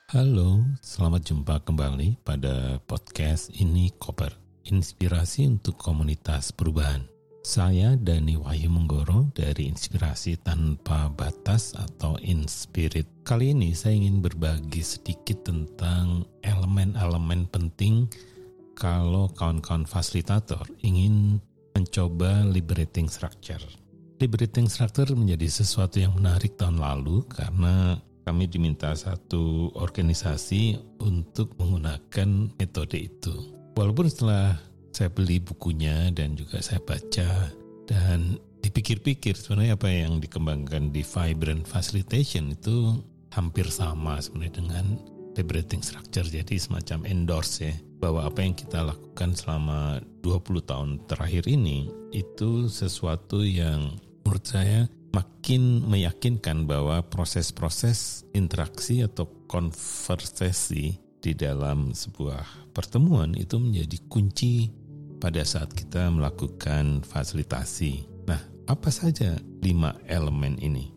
Halo, selamat jumpa kembali pada podcast Ini Koper, inspirasi untuk komunitas perubahan. Saya Dani Wahyu Menggoro dari Inspirasi Tanpa Batas atau Inspirit. Kali ini saya ingin berbagi sedikit tentang elemen-elemen penting kalau kawan-kawan fasilitator ingin mencoba liberating structure. Liberating structure menjadi sesuatu yang menarik tahun lalu karena kami diminta satu organisasi untuk menggunakan metode itu. Walaupun setelah saya beli bukunya dan juga saya baca dan dipikir-pikir sebenarnya apa yang dikembangkan di Vibrant Facilitation itu hampir sama sebenarnya dengan liberating structure. Jadi semacam endorse ya, bahwa apa yang kita lakukan selama 20 tahun terakhir ini itu sesuatu yang menurut saya makin meyakinkan bahwa proses-proses interaksi atau konversasi di dalam sebuah pertemuan itu menjadi kunci pada saat kita melakukan fasilitasi. Nah, apa saja 5 elemen ini?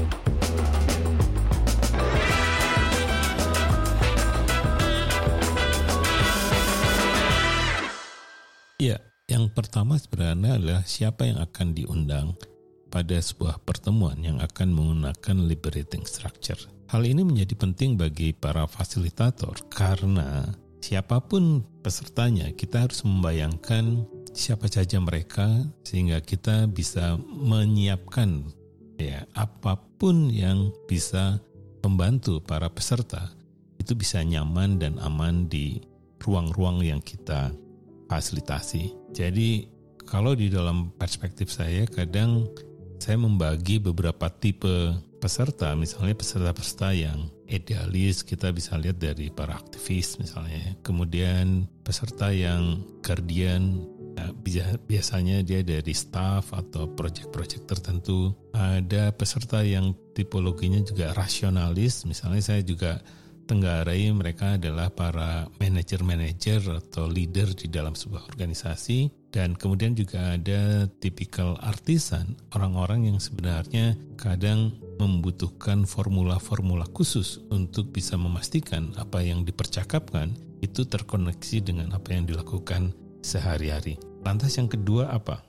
Ya, yang pertama sebenarnya adalah siapa yang akan diundang pada sebuah pertemuan yang akan menggunakan liberating structure. Hal ini menjadi penting bagi para fasilitator karena siapapun pesertanya, kita harus membayangkan siapa saja mereka sehingga kita bisa menyiapkan apapun yang bisa membantu para peserta itu bisa nyaman dan aman di ruang-ruang yang kita fasilitasi. Jadi kalau di dalam perspektif saya kadang saya membagi beberapa tipe peserta, misalnya peserta-peserta yang idealis, kita bisa lihat dari para aktivis misalnya. Kemudian peserta yang guardian, biasanya dia dari staff atau proyek-proyek tertentu. Ada peserta yang tipologinya juga rasionalis, misalnya saya juga tenggarai mereka adalah para manajer-manajer atau leader di dalam sebuah organisasi. Dan kemudian juga ada tipikal artisan, orang-orang yang sebenarnya kadang membutuhkan formula-formula khusus untuk bisa memastikan apa yang dipercakapkan itu terkoneksi dengan apa yang dilakukan sehari-hari. Lantas yang kedua apa?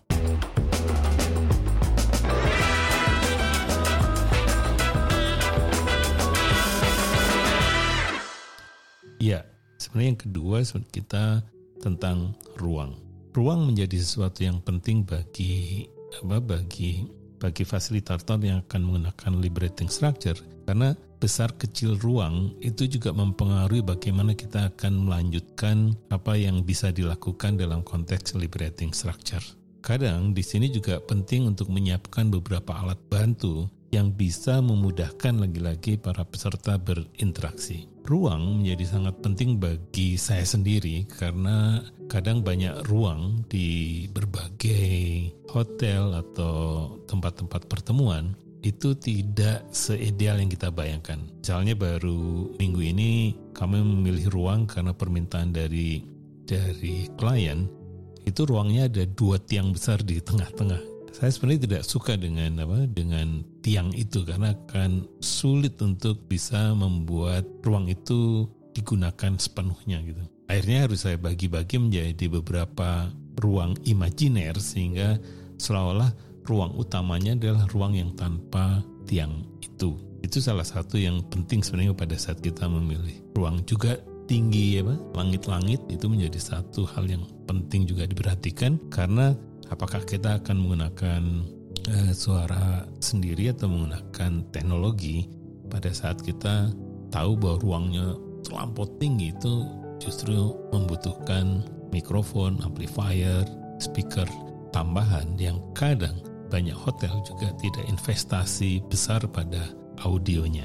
Ya, sebenarnya yang kedua kita tentang ruang. Ruang menjadi sesuatu yang penting bagi fasilitator yang akan menggunakan liberating structure, karena besar kecil ruang itu juga mempengaruhi bagaimana kita akan melanjutkan apa yang bisa dilakukan dalam konteks liberating structure. Kadang di sini juga penting untuk menyiapkan beberapa alat bantu yang bisa memudahkan lagi-lagi para peserta berinteraksi. Ruang menjadi sangat penting bagi saya sendiri karena kadang banyak ruang di berbagai hotel atau tempat-tempat pertemuan itu tidak seideal yang kita bayangkan. Misalnya baru minggu ini kami memilih ruang karena permintaan dari klien, itu ruangnya ada 2 tiang besar di tengah-tengah. Saya sebenarnya tidak suka dengan tiang itu karena akan sulit untuk bisa membuat ruang itu digunakan sepenuhnya gitu. Akhirnya harus saya bagi-bagi menjadi beberapa ruang imajiner sehingga seolah-olah ruang utamanya adalah ruang yang tanpa tiang itu. Itu salah satu yang penting sebenarnya pada saat kita memilih ruang. Juga tinggi langit-langit itu menjadi satu hal yang penting juga diperhatikan karena apakah kita akan menggunakan suara sendiri atau menggunakan teknologi pada saat kita tahu bahwa ruangnya terlampau tinggi itu justru membutuhkan mikrofon, amplifier, speaker tambahan yang kadang banyak hotel juga tidak investasi besar pada audionya.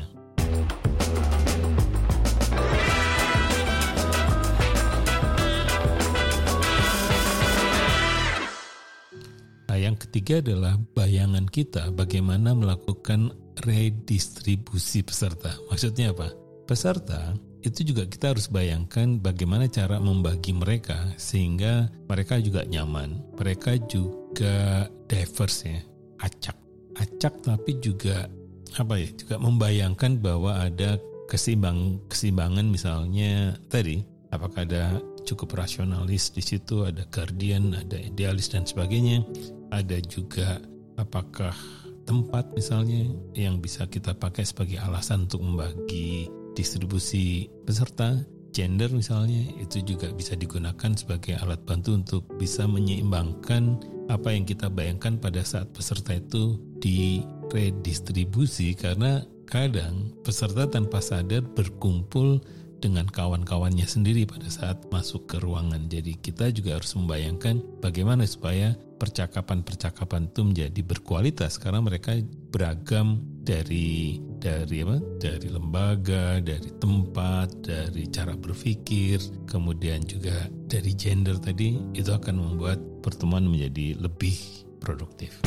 Yang ketiga adalah bayangan kita bagaimana melakukan redistribusi peserta. Maksudnya apa? Peserta itu juga kita harus bayangkan bagaimana cara membagi mereka sehingga mereka juga nyaman. Mereka juga diverse ya, acak tapi juga juga membayangkan bahwa ada keseimbangan misalnya tadi, apakah ada cukup rasionalis di situ, ada guardian, ada idealis dan sebagainya. Ada juga apakah tempat misalnya yang bisa kita pakai sebagai alasan untuk membagi distribusi peserta. Gender misalnya itu juga bisa digunakan sebagai alat bantu untuk bisa menyeimbangkan apa yang kita bayangkan pada saat peserta itu diredistribusi, karena kadang peserta tanpa sadar berkumpul dengan kawan-kawannya sendiri pada saat masuk ke ruangan. Jadi kita juga harus membayangkan bagaimana supaya percakapan-percakapan itu menjadi berkualitas, karena mereka beragam dari lembaga, dari tempat, dari cara berpikir, kemudian juga dari gender tadi. Itu akan membuat pertemuan menjadi lebih produktif.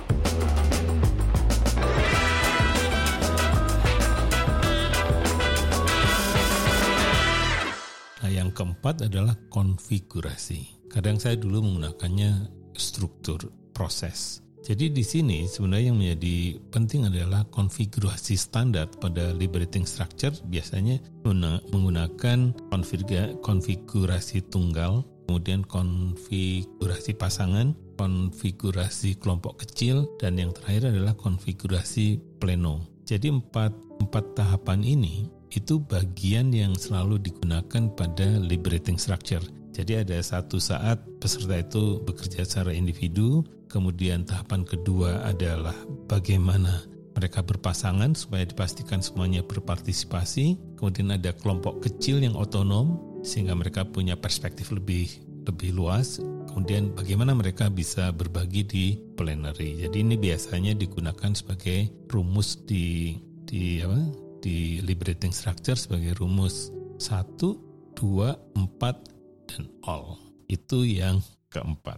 Nah, yang keempat adalah konfigurasi. Kadang saya dulu menggunakannya struktur, proses. Jadi di sini sebenarnya yang menjadi penting adalah konfigurasi standar pada liberating structure. Biasanya menggunakan konfigurasi tunggal, kemudian konfigurasi pasangan, konfigurasi kelompok kecil, dan yang terakhir adalah konfigurasi pleno. Jadi empat tahapan ini itu bagian yang selalu digunakan pada liberating structure. Jadi ada satu saat peserta itu bekerja secara individu, kemudian tahapan kedua adalah bagaimana mereka berpasangan supaya dipastikan semuanya berpartisipasi, kemudian ada kelompok kecil yang otonom sehingga mereka punya perspektif lebih luas, kemudian bagaimana mereka bisa berbagi di plenary. Jadi ini biasanya digunakan sebagai rumus di liberating structure sebagai rumus 1, 2, 4, dan all. Itu yang keempat.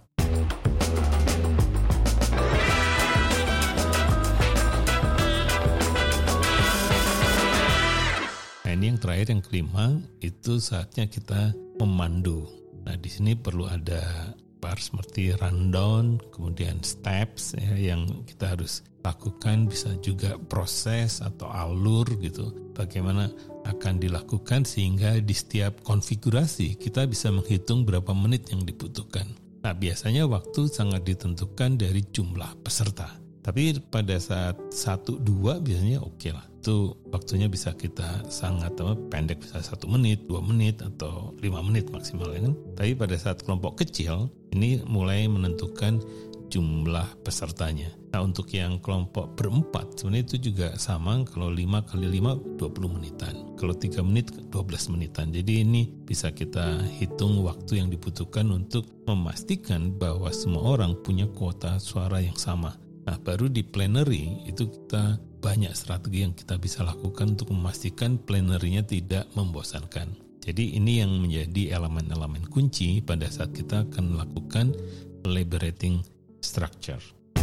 Nah, ini yang terakhir, yang kelima, itu saatnya kita memandu. Nah, di sini perlu ada seperti rundown, kemudian steps ya, yang kita harus lakukan, bisa juga proses atau alur gitu. Bagaimana akan dilakukan sehingga di setiap konfigurasi kita bisa menghitung berapa menit yang dibutuhkan. Nah, biasanya waktu sangat ditentukan dari jumlah peserta. Tapi pada saat 1-2 biasanya oke lah. Itu waktunya bisa kita sangat pendek, bisa 1 menit, 2 menit, atau 5 menit maksimal kan. Tapi pada saat kelompok kecil, ini mulai menentukan jumlah pesertanya. Nah, untuk yang kelompok berempat, sebenarnya itu juga sama. Kalau 5 kali 5, 20 menitan. Kalau 3 menit, 12 menitan. Jadi ini bisa kita hitung waktu yang dibutuhkan untuk memastikan bahwa semua orang punya kuota suara yang sama. Nah, baru di plenary itu kita banyak strategi yang kita bisa lakukan untuk memastikan plenary-nya tidak membosankan. Jadi ini yang menjadi elemen-elemen kunci pada saat kita akan melakukan liberating structure.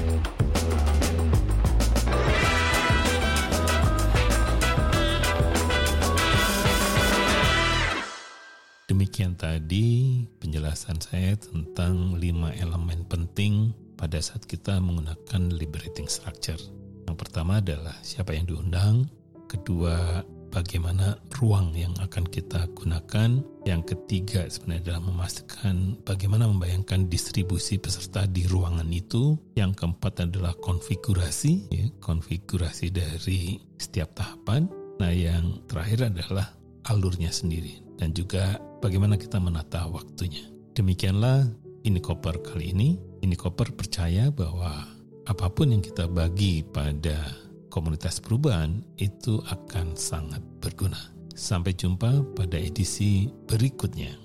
Demikian tadi penjelasan saya tentang 5 elemen penting pada saat kita menggunakan liberating structure. Yang pertama adalah siapa yang diundang, kedua bagaimana ruang yang akan kita gunakan, yang ketiga sebenarnya adalah memastikan bagaimana membayangkan distribusi peserta di ruangan itu, yang keempat adalah konfigurasi, konfigurasi dari setiap tahapan, nah yang terakhir adalah alurnya sendiri, dan juga bagaimana kita menata waktunya. Demikianlah Ini Koper kali ini. Ini Koper percaya bahwa apapun yang kita bagi pada komunitas perubahan itu akan sangat berguna. Sampai jumpa pada edisi berikutnya.